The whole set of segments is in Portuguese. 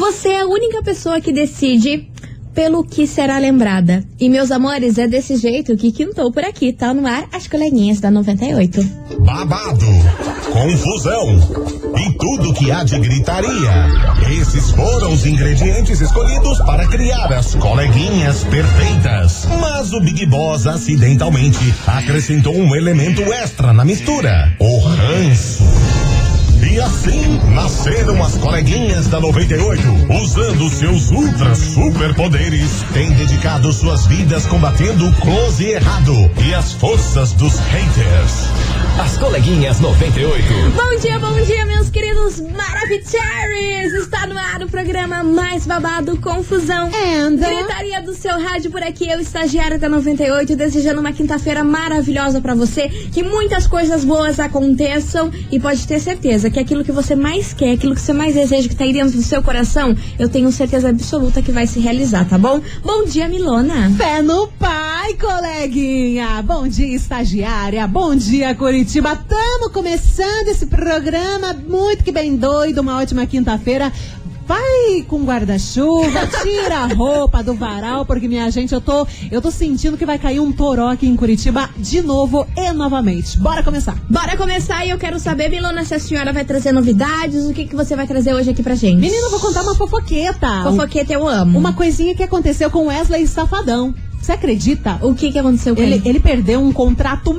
Você é a única pessoa que decide pelo que será lembrada. E, meus amores, é desse jeito que quintou por aqui. Tá no ar as coleguinhas da 98. Babado, confusão e tudo que há de gritaria. Esses foram os ingredientes escolhidos para criar as coleguinhas perfeitas. Mas o Big Boss acidentalmente acrescentou um elemento extra na mistura: o ranço. E assim nasceram as coleguinhas da 98, usando seus ultra superpoderes, têm dedicado suas vidas combatendo o close e errado e as forças dos haters. As coleguinhas 98. Bom dia, meus queridos Maravicheries! Está no ar o programa mais babado, confusão. Gritaria do seu rádio por aqui, eu, estagiária da 98, desejando uma quinta-feira maravilhosa pra você, que muitas coisas boas aconteçam e pode ter certeza que aquilo que você mais quer, aquilo que você mais deseja, que tá aí dentro do seu coração, eu tenho certeza absoluta que vai se realizar, tá bom? Bom dia, Milona. Fé no pai, coleguinha. Bom dia, estagiária. Bom dia, Curitiba. Tamo começando esse programa muito que bem doido, uma ótima quinta-feira. Vai com guarda-chuva, tira a roupa do varal, porque, minha gente, eu tô sentindo que vai cair um toró aqui em Curitiba de novo e novamente. Bora começar. Bora começar e eu quero saber, Milona, se a senhora vai trazer novidades, o que você vai trazer hoje aqui pra gente? Menina, eu vou contar uma fofoqueta. Fofoqueta eu amo. Uma coisinha que aconteceu com Wesley Safadão. Você acredita? O que aconteceu com ele? Ele perdeu um contrato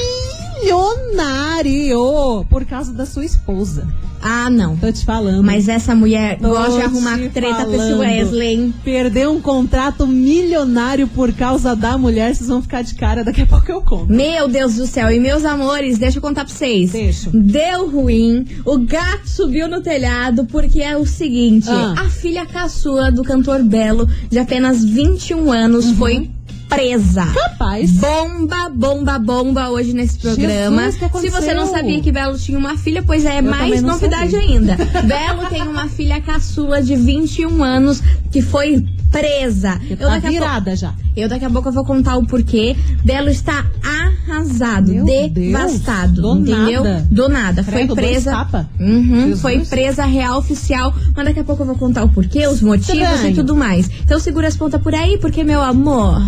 milionário por causa da sua esposa. Ah, não. Tô te falando. Mas essa mulher gosta de arrumar treta pra esse Wesley, hein? Perdeu um contrato milionário por causa da mulher. Vocês vão ficar de cara, daqui a pouco eu conto. Meu Deus do céu. E, meus amores, deixa eu contar pra vocês. Deixa. Deu ruim. O gato subiu no telhado porque é o seguinte. A filha caçula do cantor Belo, de apenas 21 anos, foi presa. Capaz. Bomba hoje nesse programa. Jesus, que aconteceu? Se você não sabia que Belo tinha uma filha, pois é mais novidade ainda. Belo tem uma filha caçula de 21 anos que foi presa. Eu daqui a pouco eu vou contar o porquê. Belo está arrasado, devastado, entendeu? Do nada. Foi presa. Foi presa real oficial, mas daqui a pouco eu vou contar o porquê, os motivos e tudo mais. Então segura as pontas por aí, porque meu amor,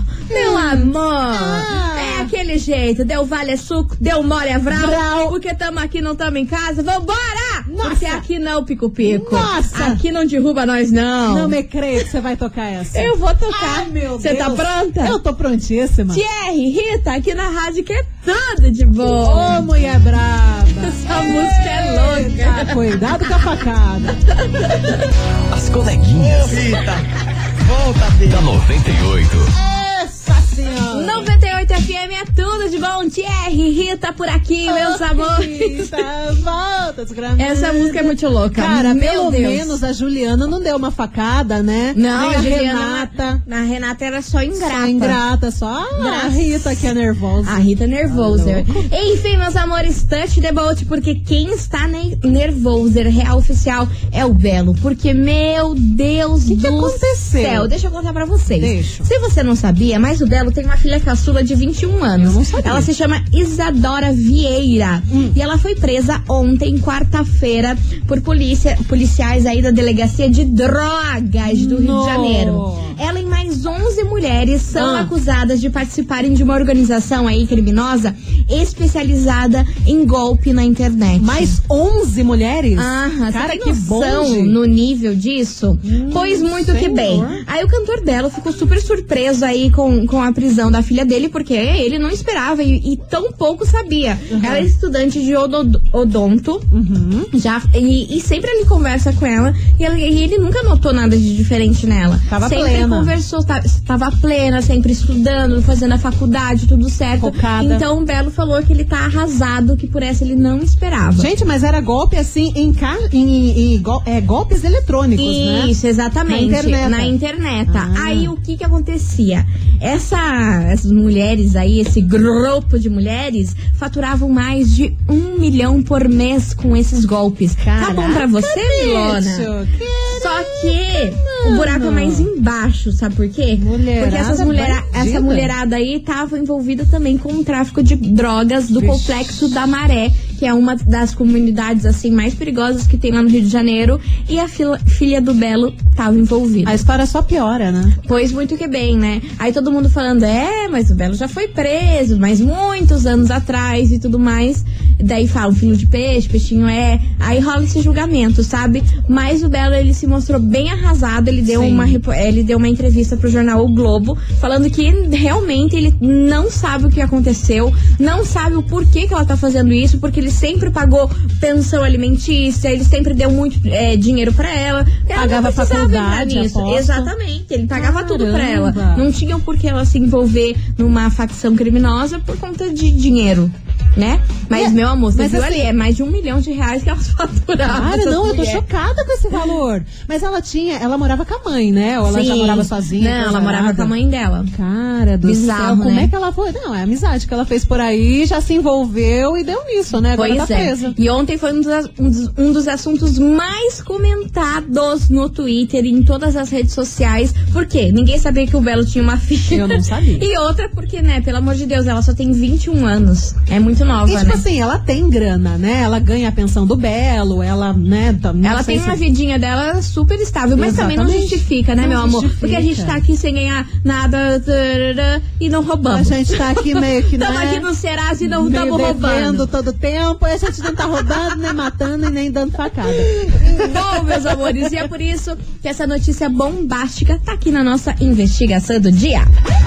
é aquele jeito. Deu vale suco, deu mole é vral, porque tamo aqui, não tamo em casa. Vambora! Nossa. Porque aqui não, pico-pico. Nossa! Aqui não derruba nós, não. Não me creio que você vai tocar essa. Eu vou tocar. Ai, meu Deus. Você tá pronta? Eu tô prontíssima. Thierry, Rita, aqui na rádio que é tudo de bom. Ô, mulher brava. Essa música é louca. Cuidado com a facada. As coleguinhas. Rita, volta, filha. Da 98. Essa senhora. 98 FM é tudo de bom. Thierry, Rita por aqui, meus amores. Rita, volta, desgramada. Essa música é muito louca. Cara, meu pelo Deus. menos a Juliana não deu uma facada, né? Não, nem a Renata. A Renata era só ingrata. Só a Rita que é nervosa. A Rita é nervosa. louco. Enfim, meus amores, touch the boat, porque quem está nervoso, real oficial, é o Belo. Porque, meu Deus que do aconteceu? céu. Deixa eu contar pra vocês. Deixa. Se você não sabia, mas o Belo tem uma filha caçula de 21 anos. Eu não sabia. Ela se chama Isadora Vieira. E ela foi presa ontem, quarta-feira, por policiais aí da Delegacia de Drogas do Rio de Janeiro. Ela e mais 11 mulheres são acusadas de participarem de uma organização aí criminosa especializada em golpe na internet. Mais 11 mulheres? Cara, que bom no nível disso? Pois muito que bem. Aí o cantor Belo ficou super surpreso aí com a prisão da filha dele, porque ele não esperava e tão pouco sabia. Ela é estudante de odonto, e sempre ele conversa com ela, e ele nunca notou nada de diferente nela. Tava sempre plena. Conversou, tava plena, sempre estudando, fazendo a faculdade, tudo certo. Focada. Então o Belo falou que ele tá arrasado, que por essa ele não esperava. Gente, mas era golpe assim golpes eletrônicos, né? Isso, exatamente. Na internet. Aí o que acontecia? Essas mulheres aí, esse grupo de mulheres, faturavam mais de 1 milhão por mês com esses golpes. Tá bom pra você, Milona? Só que o buraco é mais embaixo, sabe por quê? Porque essas mulheres, essa mulherada aí tava envolvida também com o tráfico de drogas do Complexo da Maré, que é uma das comunidades assim mais perigosas que tem lá no Rio de Janeiro, e a filha do Belo tava envolvida. A história só piora, né? Pois muito que bem, né? Aí todo mundo falando, mas o Belo já foi preso, mas muitos anos atrás e tudo mais. Daí fala, filho de peixe, peixinho aí rola esse julgamento, sabe? Mas o Belo, ele se mostrou bem arrasado, ele deu uma entrevista pro jornal O Globo, falando que realmente ele não sabe o que aconteceu, não sabe o porquê que ela tá fazendo isso, porque ele sempre pagou pensão alimentícia, ele sempre deu muito dinheiro pra ela. Pagava faculdade, nisso. Exatamente, ele pagava tudo pra ela. Não tinha por que ela se envolver numa facção criminosa por conta de dinheiro, né? Mas, meu amor, você viu ali, é mais de R$1 milhão que elas faturavam. Cara, não, eu tô chocada com esse valor. Mas ela morava com a mãe, né? Ou ela já morava sozinha? Não, ela morava com a mãe dela. Cara do céu, como é que ela foi? Não, é a amizade que ela fez por aí, já se envolveu e deu nisso, né? Agora tá presa. E ontem foi um dos assuntos mais comentados no Twitter e em todas as redes sociais. Por quê? Ninguém sabia que o Belo tinha uma filha. Eu não sabia. E outra porque, né, pelo amor de Deus, ela só tem 21 anos. É muito nova, né? Assim, ela tem grana, né? Ela ganha a pensão do Belo, ela, né? Ela tem uma vidinha dela super estável, mas também não justifica, né, meu amor? Porque a gente tá aqui sem ganhar nada e não roubamos. A gente tá aqui meio que, Estamos aqui no Serasa e não estamos roubando. Todo tempo, e a gente não tá roubando, nem matando e nem dando facada. Bom, meus amores, e é por isso que essa notícia bombástica tá aqui na nossa investigação do dia.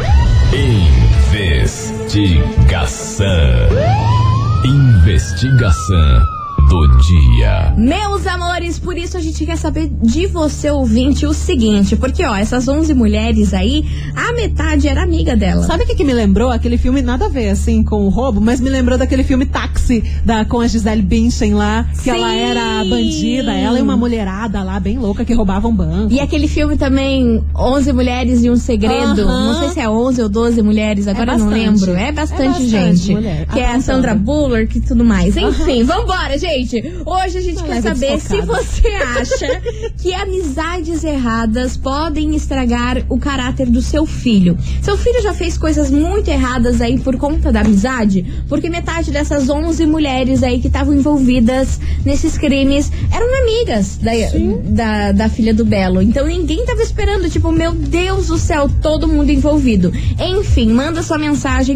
Investigação do dia. Meus amores, por isso a gente quer saber de você, ouvinte, o seguinte, porque essas 11 mulheres aí, a metade era amiga dela. Sabe o que me lembrou? Aquele filme, nada a ver assim com o roubo, mas me lembrou daquele filme Táxi, com a Gisele Bündchen lá, que ela era bandida, ela e uma mulherada lá, bem louca, que roubava um banco. E aquele filme também, 11 Mulheres e um Segredo, não sei se é 11 ou 12 mulheres, agora não lembro, é bastante gente, mulher. Que é a Sandra Bullock e tudo mais, enfim, vambora, gente. Hoje a gente quer saber se você acha que amizades erradas podem estragar o caráter do seu filho. Seu filho já fez coisas muito erradas aí por conta da amizade? Porque metade dessas 11 aí que estavam envolvidas nesses crimes eram amigas da filha do Belo. Então ninguém tava esperando, tipo, meu Deus do céu, todo mundo envolvido. Enfim, manda sua mensagem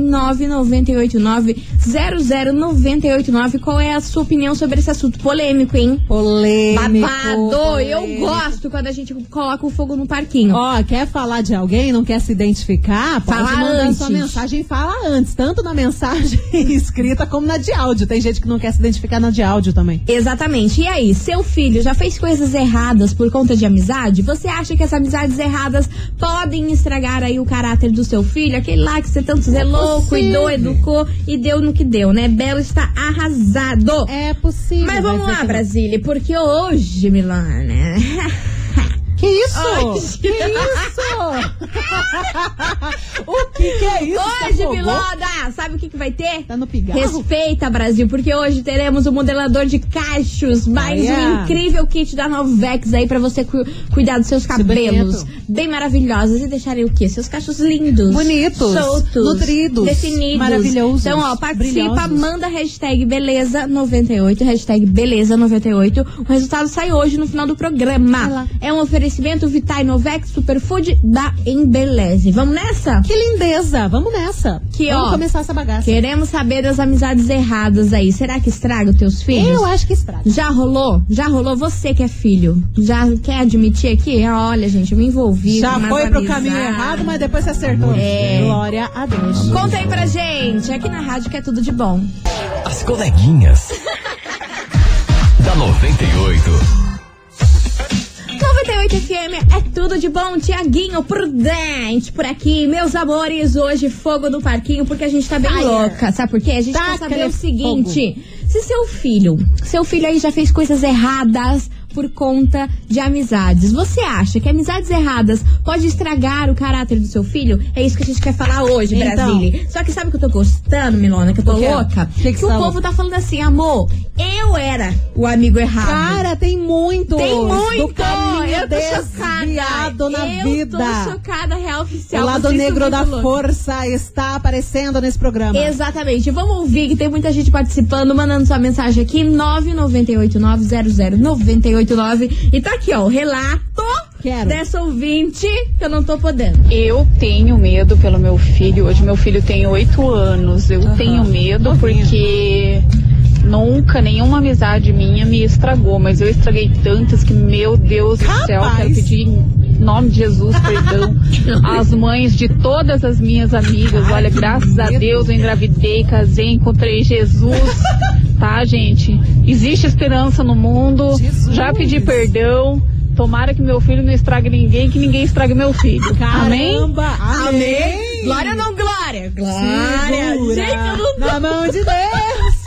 998900989. Qual é a sua opinião sobre esse assunto polêmico, hein? Polêmico. Babado. Eu gosto quando a gente coloca o fogo no parquinho. Quer falar de alguém, não quer se identificar? Pode mandar sua mensagem e fala antes. Tanto na mensagem escrita como na de áudio. Tem gente que não quer se identificar na de áudio também. Exatamente. E aí, seu filho já fez coisas erradas por conta de amizade? Você acha que essas amizades erradas podem estragar aí o caráter do seu filho? Aquele lá que você tanto zelou, cuidou, educou e deu no que deu, né? Belo está arrasado. É possível. Mas vamos lá, Brasília, porque hoje, Milana... Que isso? Que isso? O que é isso? Hoje, Milona, sabe o que vai ter? Tá no pigarro? Respeita, Brasil, porque hoje teremos o modelador de cachos, mais um incrível kit da Novex aí pra você cuidar dos seus cabelos bem maravilhosos e deixarem o quê? Seus cachos lindos, bonitos, soltos, nutridos, definidos, maravilhosos. Então, participa, manda hashtag Beleza98, hashtag Beleza98. O resultado sai hoje no final do programa. É um oferecimento Vitae Novex Superfood da Embeleze. Vamos nessa? Que lindeza, vamos nessa. Vamos começar essa bagaça. Queremos saber das amizades erradas aí. Será que estraga os teus filhos? Eu acho que estraga. Já rolou? Já rolou? Você que é filho, já quer admitir aqui? Olha, gente, eu me envolvi. Já foi pro caminho errado, mas depois você acertou. Glória a Deus. Conta aí pra gente, aqui na rádio que é tudo de bom. As coleguinhas da 98. 98 FM é tudo de bom, Tiaguinho Prudente por aqui, meus amores, hoje fogo no parquinho, porque a gente tá bem louca, sabe por quê? A gente quer saber o seguinte, se seu filho aí já fez coisas erradas por conta de amizades. Você acha que amizades erradas pode estragar o caráter do seu filho? É isso que a gente quer falar hoje, Brasília. Só que sabe o que eu tô gostando, Milona? Que eu tô louca? Que o povo tá falando assim, amor, eu era o amigo errado. Cara, tem muito. Eu tô chocada na vida. Eu tô chocada, real oficial. O lado negro da força está aparecendo nesse programa. Exatamente. Vamos ouvir que tem muita gente participando, mandando sua mensagem aqui, 998900989. E tá aqui, ó, o relato dessa ouvinte que eu não tô podendo. Eu tenho medo pelo meu filho. Hoje meu filho tem 8 anos. Eu tenho medo porque nunca nenhuma amizade minha me estragou, mas eu estraguei tantas que, meu Deus do céu, quero pedir em nome de Jesus perdão às mães de todas as minhas amigas. Olha, graças a Deus eu engravidei, casei, encontrei Jesus, tá, gente? Existe esperança no mundo. Já pedi perdão. Tomara que meu filho não estrague ninguém, que ninguém estrague meu filho. Caramba! Amém! Glória ou não glória? Glória! Segura gente, eu não tô... na mão de Deus!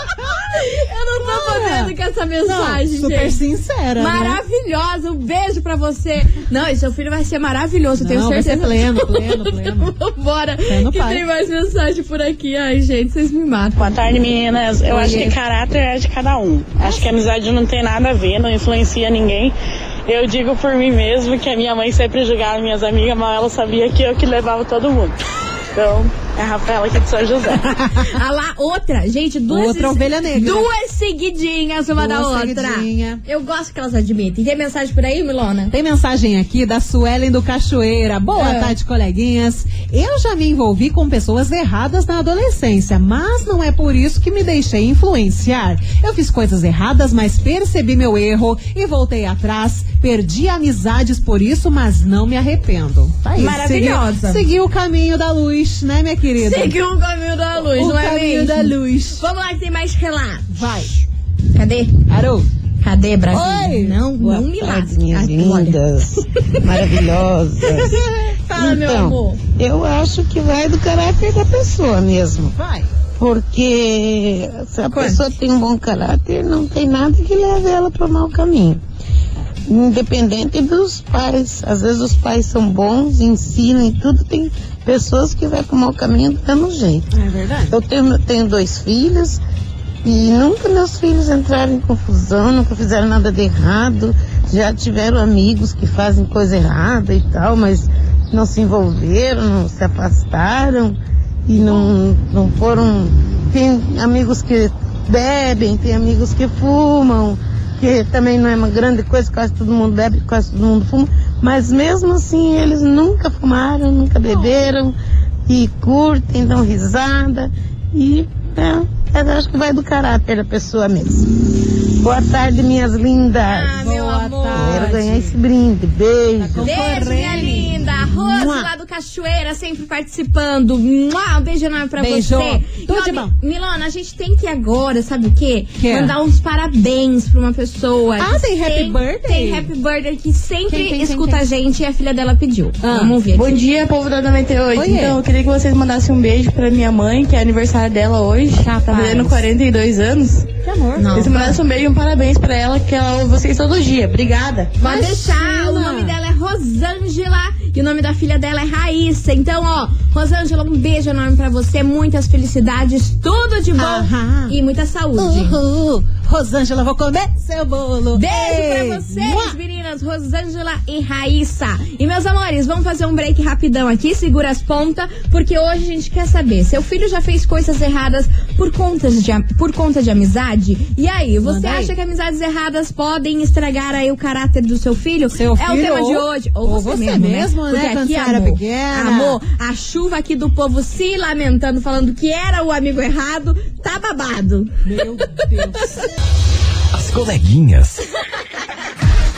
Eu não tô podendo com essa mensagem, super gente. Sincera, maravilhosa, né? Um beijo pra você. Não, e seu filho vai ser maravilhoso, eu tenho certeza. Vai ser pleno. Vambora, que tem mais mensagem por aqui. Ai, gente, vocês me matam. Boa tarde, meninas. Eu acho que caráter é de cada um. Acho que a amizade não tem nada a ver, não influencia ninguém. Eu digo por mim mesmo que a minha mãe sempre julgava minhas amigas, mas ela sabia que eu que levava todo mundo. Então, é a Rafaela aqui de São José. Ah lá, outra. Gente, outra ovelha negra. Duas seguidinhas uma da outra. Eu gosto que elas admitem. Tem mensagem por aí, Milona? Tem mensagem aqui da Suelen do Cachoeira. Boa tarde, coleguinhas. Eu já me envolvi com pessoas erradas na adolescência, mas não é por isso que me deixei influenciar. Eu fiz coisas erradas, mas percebi meu erro e voltei atrás. Perdi amizades por isso, mas não me arrependo. Tá aí. Maravilhosa. Seguiu o caminho da luz, né, minha querida? Seguiu o caminho da luz, não é mesmo? O caminho da luz. Vamos lá que tem mais relatos. Vai. Cadê? Arô. Cadê, Brasília? Oi. Não me lasque. Minhas lindas, maravilhosas. Fala, meu amor. Eu acho que vai do caráter da pessoa mesmo. Vai. Porque se a pessoa tem um bom caráter, não tem nada que leve ela para o mau caminho. Independente dos pais. Às vezes os pais são bons, ensinam e tudo. Tem pessoas que vai para o mau caminho dando jeito. É verdade. Eu tenho 2 filhos e nunca meus filhos entraram em confusão, nunca fizeram nada de errado. Já tiveram amigos que fazem coisa errada e tal, mas não se envolveram, não se afastaram e não foram. Tem amigos que bebem, tem amigos que fumam, que também não é uma grande coisa, quase todo mundo bebe, quase todo mundo fuma, mas mesmo assim eles nunca fumaram, nunca beberam e curtem, dão risada e eu acho que vai do caráter da pessoa mesmo. Boa tarde, minhas lindas. Meu amor. Quero ganhar esse brinde. Beijo. Beijo, minha linda. Rose lá do Cachoeira, sempre participando. Um beijo enorme pra você. Tudo de bom. Milona, a gente tem que agora, sabe o quê? Mandar uns parabéns pra uma pessoa. Tem Happy Birthday? Tem Happy Birthday que sempre escuta a gente e a filha dela pediu. Vamos ver. Bom dia, povo da 98. Então, eu queria que vocês mandassem um beijo pra minha mãe, que é aniversário dela hoje. Tá fazendo 42 anos. Que amor. Vocês mandassem um beijo e um parabéns pra ela, que ela ouve vocês todo dia. Obrigada. Pode deixar. O nome dela é Rosângela e o nome da filha dela é Raíssa. Então, Rosângela, um beijo enorme pra você. Muitas felicidades, tudo de bom e muita saúde. Rosângela, vou comer seu bolo. Beijo pra vocês, meninas, Rosângela e Raíssa. E, meus amores, vamos fazer um break rapidão aqui, segura as pontas, porque hoje a gente quer saber, seu filho já fez coisas erradas por conta de amizade? E aí, você acha que amizades erradas podem estragar aí o caráter do seu filho? É o tema de hoje. Ou você mesmo, né? Porque aqui, amor, a chuva aqui do povo se lamentando, falando que era o amigo errado, tá babado. Meu Deus. As coleguinhas. Da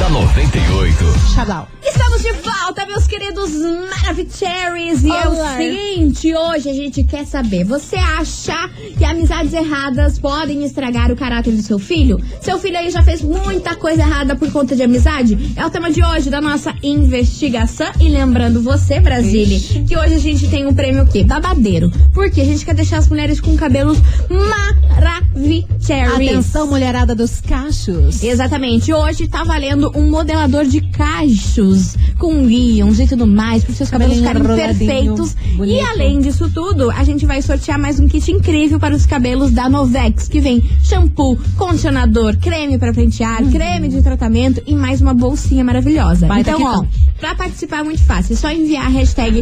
da 98. Xadal. Estamos de volta, meus queridos Maravicheries. E é o seguinte, hoje a gente quer saber, você acha que amizades erradas podem estragar o caráter do seu filho? Seu filho aí já fez muita coisa errada por conta de amizade? É o tema de hoje da nossa investigação. E lembrando você, Brasília, que hoje a gente tem um prêmio o quê? Babadeiro. Porque a gente quer deixar as mulheres com cabelos Maravicheries. Atenção, mulherada dos cachos. Exatamente. Hoje tá valendo um modelador de cachos com íons e tudo mais, para os seus cabelos ficarem perfeitos. Bonito. E além disso tudo, a gente vai sortear mais um kit incrível para os cabelos da Novex, que vem shampoo, condicionador, creme para pentear, creme de tratamento e mais uma bolsinha maravilhosa. Então, ó, pra participar é muito fácil, é só enviar a hashtag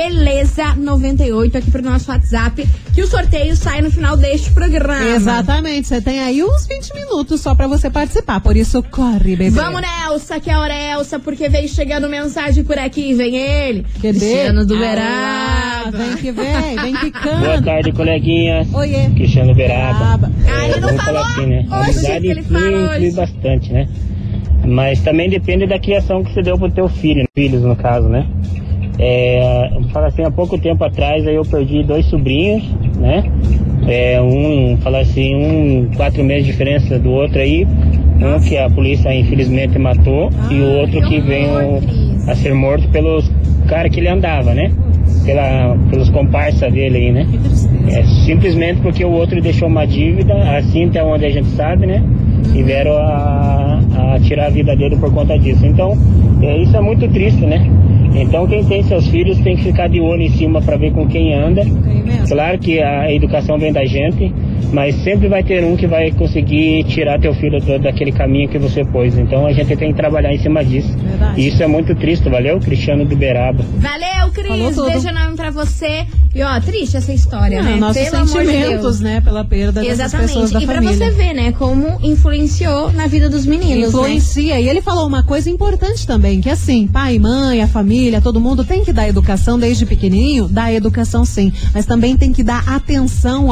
Beleza98 aqui pro nosso WhatsApp, que o sorteio sai no final deste programa. Exatamente, você tem aí uns 20 minutos só pra você participar, por isso corre, bebê. Vamos, Nelsa, que é a Orelsa, porque veio chegando mensagem por aqui, vem ele, Cristiano do Beraba. Vem que vem, vem quicando. Boa tarde, coleguinhas. Oiê. Cristiano Beraba. Ele não falou assim, né? A amizade influi bastante, né? Mas também depende da criação que você deu pro teu filho, filhos no caso, né? Vamos falar assim, há pouco tempo atrás aí eu perdi 2 sobrinhos, né? Falar assim, 4 meses de diferença do outro aí, um que a polícia infelizmente matou e o outro que veio a ser morto pelos caras que ele andava, né? Pelos comparsas dele aí, né? Simplesmente porque o outro deixou uma dívida, assim até onde a gente sabe, né? E vieram a tirar a vida dele por conta disso. Então, isso é muito triste, né? Então, quem tem seus filhos tem que ficar de olho em cima para ver com quem anda. Claro que a educação vem da gente, mas sempre vai ter um que vai conseguir tirar teu filho daquele caminho que você pôs. Então, a gente tem que trabalhar em cima disso. Verdade. E isso é muito triste, valeu? Cristiano do Beraba. Valeu, Cris. Beijo enorme pra você. E ó, triste essa história, né? Nossos Pelo sentimentos, né? Pela perda dessas pessoas da família. E pra você ver, né? Como influenciou na vida dos meninos, Influencia. Né? E ele falou uma coisa importante também, que assim, pai, mãe, a família, todo mundo tem que dar educação desde pequenininho, dá educação sim, mas também tem que dar atenção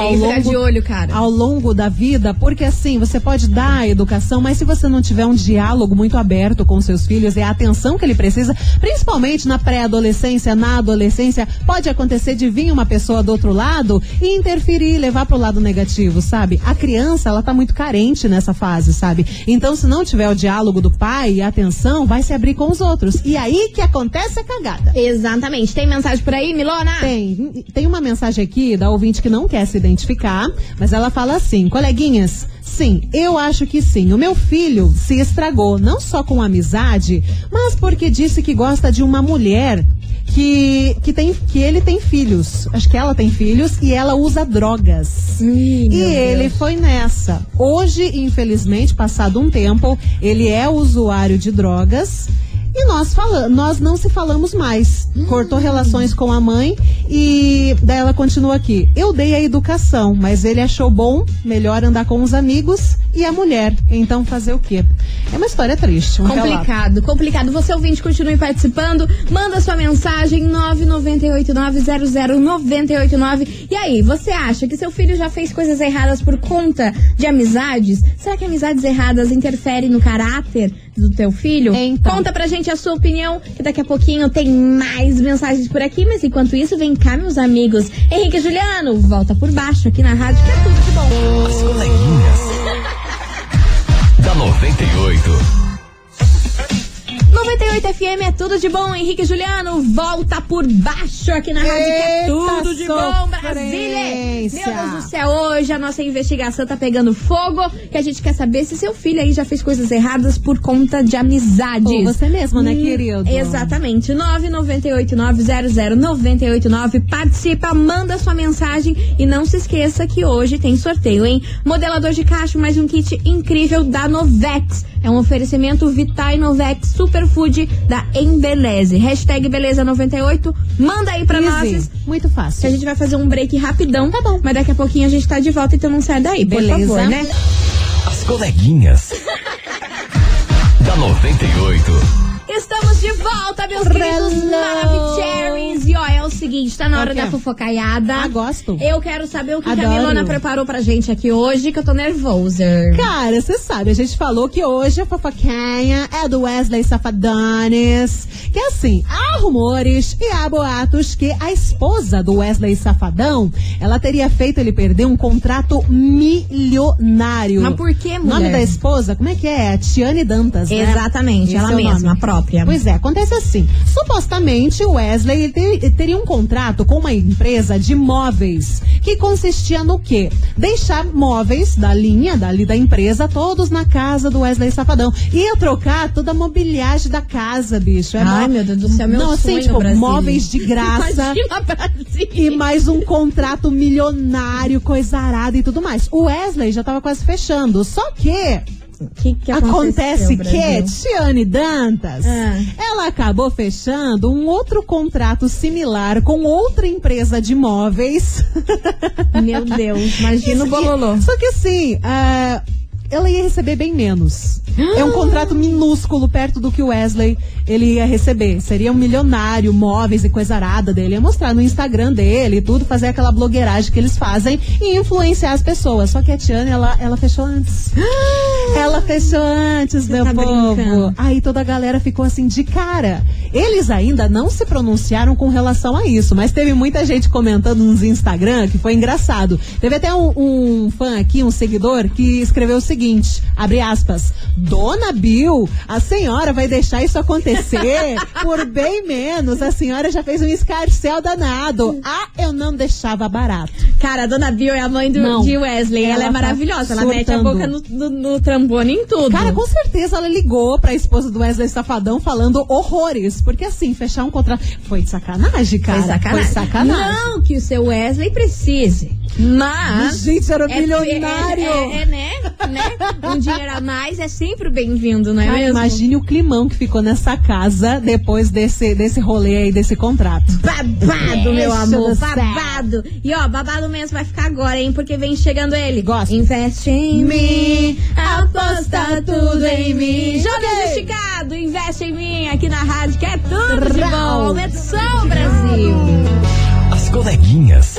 ao longo da vida, porque assim, você pode dar a educação, mas se você não tiver um diálogo muito aberto com seus filhos e a atenção que ele precisa, principalmente na pré-adolescência, na adolescência, pode acontecer de vir uma pessoa do outro lado e interferir, levar pro lado negativo, sabe? A criança, ela tá muito carente nessa fase, sabe? Então, se não tiver o diálogo do pai e a atenção, vai se abrir com os outros. E aí que acontece a cagada. Exatamente. Tem mensagem por aí, Milona? Tem uma mensagem aqui da ouvinte que não quer se identificar, mas ela fala assim: coleguinhas, sim, eu acho que sim. O meu filho se estragou, não só com amizade, mas porque disse que gosta de uma mulher que ele tem filhos. Acho que ela tem filhos e ela usa drogas. E ele foi nessa. Hoje, infelizmente, passado um tempo, ele é usuário de drogas. E nós não se falamos mais. Cortou relações com a mãe e daí ela continua aqui. Eu dei a educação, mas ele achou bom, melhor andar com os amigos e a mulher. Então fazer o quê? É uma história triste. Complicado. Você ouvinte, continue participando. Manda sua mensagem 998900989. E aí, você acha que seu filho já fez coisas erradas por conta de amizades? Será que amizades erradas interferem no caráter do teu filho? Então. Conta pra gente a sua opinião, que daqui a pouquinho tem mais mensagens por aqui, mas enquanto isso, vem cá, meus amigos. Henrique e Juliano, volta por baixo aqui na rádio, que é tudo de bom. As coleguinhas da 98. 98 FM é tudo de bom, Henrique e Juliano, volta por baixo aqui na rádio, que é tudo de bom, Brasília. Meu Deus do céu, hoje a nossa investigação tá pegando fogo, que a gente quer saber se seu filho aí já fez coisas erradas por conta de amizades. Ou você mesmo, né, querido? Exatamente, 998900989, participa, manda sua mensagem e não se esqueça que hoje tem sorteio, hein? Modelador de cacho, mais um kit incrível da Novex. É um oferecimento Vitae Novex Superfood da Embeleze. Hashtag Beleza98. Manda aí pra nós. Muito fácil. Que a gente vai fazer um break rapidão. Tá bom. Mas daqui a pouquinho a gente tá de volta, então não sai daí. Beleza. Por favor, né? As coleguinhas da 98. Estamos de volta, meus queridos Maravicheries. E ó, é o seguinte, seguinte, tá na hora da fofocaiada. Ah, gosto. Eu quero saber o que a Milona preparou pra gente aqui hoje, que eu tô nervosa. Cara, você sabe, a gente falou que hoje a fofoquinha é do Wesley Safadões. Que assim, há rumores e há boatos que a esposa do Wesley Safadão, ela teria feito ele perder um contrato milionário. Mas por que, mulher? O nome da esposa, como é que é? Tiane Dantas, né? Exatamente, ela mesma, a própria. Pois é, acontece assim. Supostamente o Wesley teria um contrato com uma empresa de móveis que consistia no quê? Deixar móveis da linha, dali da empresa, todos na casa do Wesley Safadão. Ia trocar toda a mobiliagem da casa, bicho. Ai, meu Deus do céu, meu sonho, assim, tipo, Brasil. móveis de graça. E mais um contrato milionário, coisa arada e tudo mais. O Wesley já tava quase fechando. Só que acontece que Tiane Dantas, ela acabou fechando um outro contrato similar com outra empresa de móveis. Meu Deus, imagina o bololô. Só que assim, ela ia receber bem menos. É um contrato minúsculo perto do que o Wesley ele ia receber. Seria um milionário, móveis e coisa arada dele. Ia mostrar no Instagram dele e tudo, fazer aquela blogueiragem que eles fazem e influenciar as pessoas. Só que a Tiane, ela fechou antes. Ela fechou antes, meu povo. Brincando. Aí toda a galera ficou assim de cara. Eles ainda não se pronunciaram com relação a isso, mas teve muita gente comentando nos Instagram que foi engraçado. Teve até um fã aqui, um seguidor, que escreveu o seguinte, abre aspas, Dona Bill, a senhora vai deixar isso acontecer por bem menos. A senhora já fez um escarcéu danado. Eu não deixava barato. Cara, a Dona Bill é a mãe de Wesley. Ela é maravilhosa. Ela mete a boca no trambone em tudo. Cara, com certeza ela ligou pra esposa do Wesley Safadão falando horrores. Porque assim, fechar um contrato... Foi de sacanagem, cara. Foi sacanagem. Não que o seu Wesley precise. Mas... Gente, era milionário. Né? Um dinheiro a mais é sempre bem-vindo, não é mesmo? Imagine o climão que ficou nessa casa depois desse rolê aí, desse contrato. Babado, meu amor, babado. E ó, babado mesmo vai ficar agora, hein? Porque vem chegando ele. Gosta. Investe em mim, aposta tudo em mim. Joga esticado, investe em mim aqui na rádio, que é tudo de bom. Aumenta o som, Brasil. As coleguinhas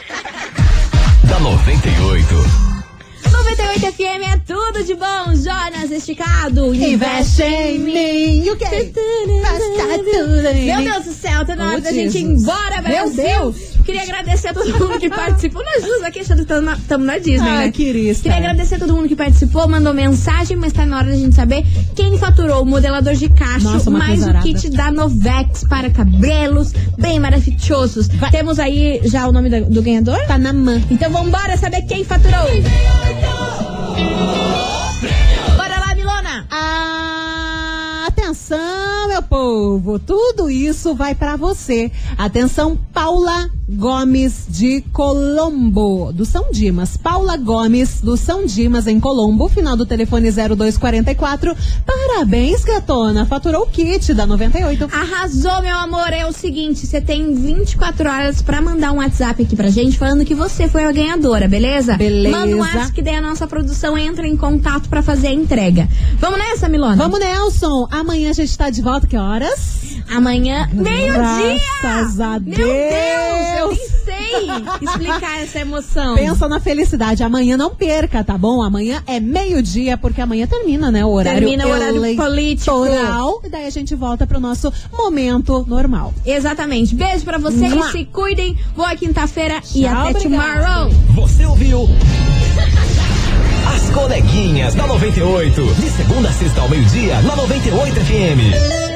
da 98. 98 FM é tudo de bom. Jonas Esticado, investe em mim. E o que? Meu Deus do céu, tá na hora da gente ir embora, Brasil. Meu Deus. Queria agradecer a todo mundo que participou. Nós duas aqui achando que estamos na Disney, né? Queria agradecer a todo mundo que participou, mandou mensagem, mas tá na hora da gente saber quem faturou o modelador de cacho, mais o kit da Novex para cabelos, bem maravilhosos. Temos aí já o nome do ganhador? Tá na mão. Então vambora saber quem faturou. Bora lá, Milona. Atenção, meu povo, tudo isso vai pra você. Atenção, Paula Gomes de Colombo, do São Dimas. Paula Gomes, do São Dimas, em Colombo, final do telefone 0244. Parabéns, gatona, faturou o kit da 98. Arrasou, meu amor. É o seguinte, você tem 24 horas pra mandar um WhatsApp aqui pra gente, falando que você foi a ganhadora, beleza? Beleza. Manda um WhatsApp que daí a nossa produção entra em contato pra fazer a entrega. Vamos nessa, Milona? Vamos, Nelson. Amanhã a gente tá de volta, que horas? Amanhã, meio-dia! Graças a Deus! Meu Deus, eu nem sei explicar essa emoção. Pensa na felicidade. Amanhã não perca, tá bom? Amanhã é meio-dia, porque amanhã termina, né? O horário político. E daí a gente volta pro nosso momento normal. Exatamente. Beijo pra vocês, se cuidem. Boa quinta-feira e até tomorrow. Você ouviu? As coleguinhas da 98. De segunda a sexta ao meio-dia, na 98 FM.